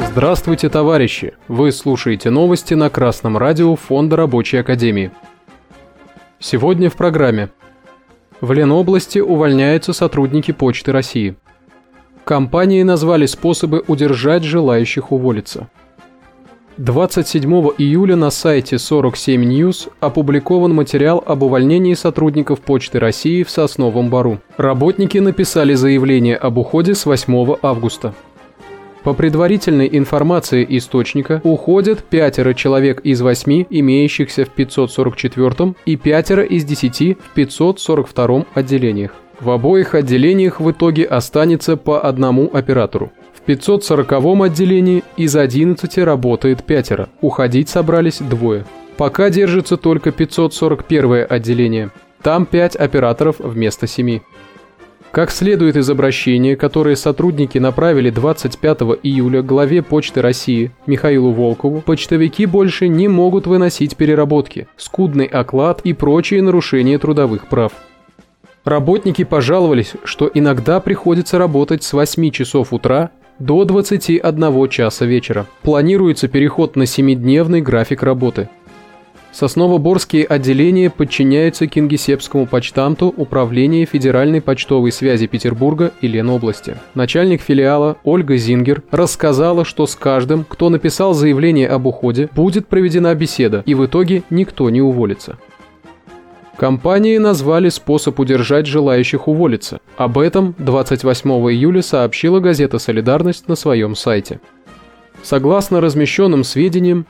Здравствуйте, товарищи! Вы слушаете новости на Красном радио Фонда Рабочей Академии. Сегодня в программе. В Ленобласти увольняются сотрудники Почты России. Компании назвали способы удержать желающих уволиться. 27 июля на сайте 47 News опубликован материал об увольнении сотрудников Почты России в Сосновом Бору. Работники написали заявление об уходе с 8 августа. По предварительной информации источника, уходят 5 человек из 8, имеющихся в 544 и 5 из 10 в 542 отделениях. В обоих отделениях в итоге останется по одному оператору. В 540 отделении из 11 работает 5, уходить собрались 2. Пока держится только 541 отделение, там 5 операторов вместо 7. Как следует из обращения, которое сотрудники направили 25 июля главе Почты России Михаилу Волкову, почтовики больше не могут выносить переработки, скудный оклад и прочие нарушения трудовых прав. Работники пожаловались, что иногда приходится работать с 8 часов утра до 21 часа вечера. Планируется переход на 7-дневный график работы. Сосновоборские отделения подчиняются Кингисеппскому почтамту Управления Федеральной почтовой связи Петербурга и Ленобласти. Начальник филиала Ольга Зингер рассказала, что с каждым, кто написал заявление об уходе, будет проведена беседа, и в итоге никто не уволится. Компании назвали способ удержать желающих уволиться. Об этом 28 июля сообщила газета «Солидарность» на своем сайте. Согласно размещенным сведениям,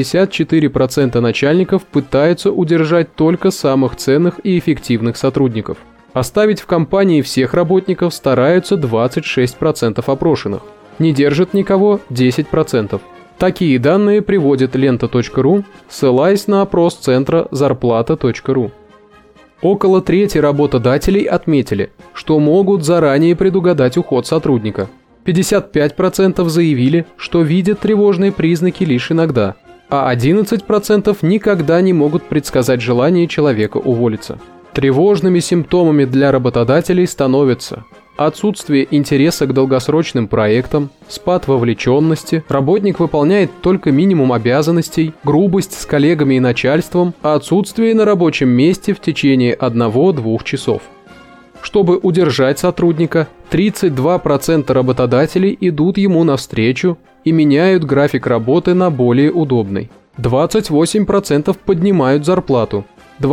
64% начальников пытаются удержать только самых ценных и эффективных сотрудников. Оставить в компании всех работников стараются 26% опрошенных. Не держат никого 10%. Такие данные приводит лента.ру, ссылаясь на опрос центра зарплата.ру. Около трети работодателей отметили, что могут заранее предугадать уход сотрудника. 55% заявили, что видят тревожные признаки лишь иногда, а 11% никогда не могут предсказать желание человека уволиться. Тревожными симптомами для работодателей становятся отсутствие интереса к долгосрочным проектам, спад вовлеченности, работник выполняет только минимум обязанностей, грубость с коллегами и начальством, а отсутствие на рабочем месте в течение 1-2 часов. Чтобы удержать сотрудника, 32% работодателей идут ему навстречу и меняют график работы на более удобный. 28% поднимают зарплату.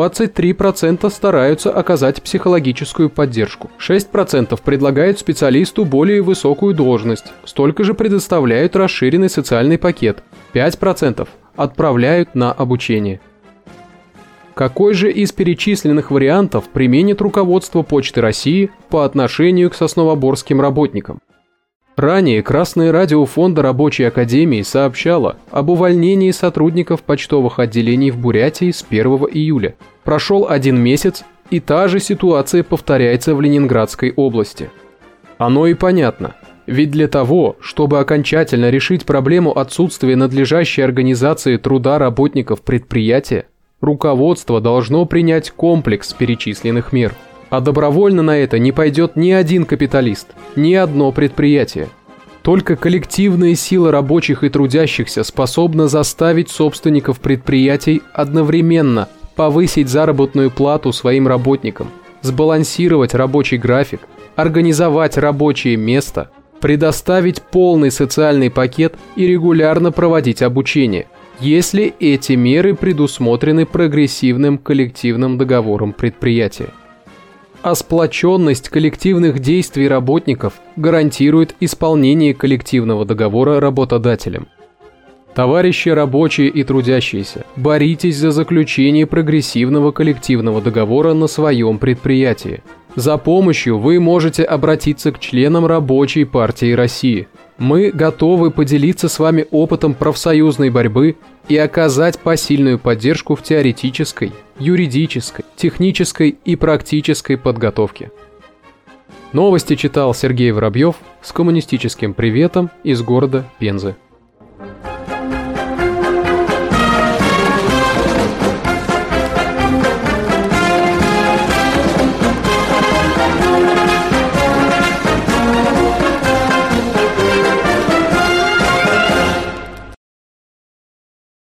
23% стараются оказать психологическую поддержку. 6% предлагают специалисту более высокую должность. Столько же предоставляют расширенный социальный пакет. 5% отправляют на обучение. Какой же из перечисленных вариантов применит руководство Почты России по отношению к сосновоборским работникам? Ранее Красное радио Фонда Рабочей Академии сообщало об увольнении сотрудников почтовых отделений в Бурятии с 1 июля. Прошел 1 месяц, и та же ситуация повторяется в Ленинградской области. Оно и понятно. Ведь для того, чтобы окончательно решить проблему отсутствия надлежащей организации труда работников предприятия, руководство должно принять комплекс перечисленных мер. А добровольно на это не пойдет ни один капиталист, ни одно предприятие. Только коллективная сила рабочих и трудящихся способна заставить собственников предприятий одновременно повысить заработную плату своим работникам, сбалансировать рабочий график, организовать рабочее место, предоставить полный социальный пакет и регулярно проводить обучение, если эти меры предусмотрены прогрессивным коллективным договором предприятия. А сплоченность коллективных действий работников гарантирует исполнение коллективного договора работодателем. Товарищи рабочие и трудящиеся, боритесь за заключение прогрессивного коллективного договора на своем предприятии. За помощью вы можете обратиться к членам Рабочей партии России. Мы готовы поделиться с вами опытом профсоюзной борьбы и оказать посильную поддержку в теоретической, юридической, технической и практической подготовке. Новости читал Сергей Воробьев с коммунистическим приветом из города Пензы.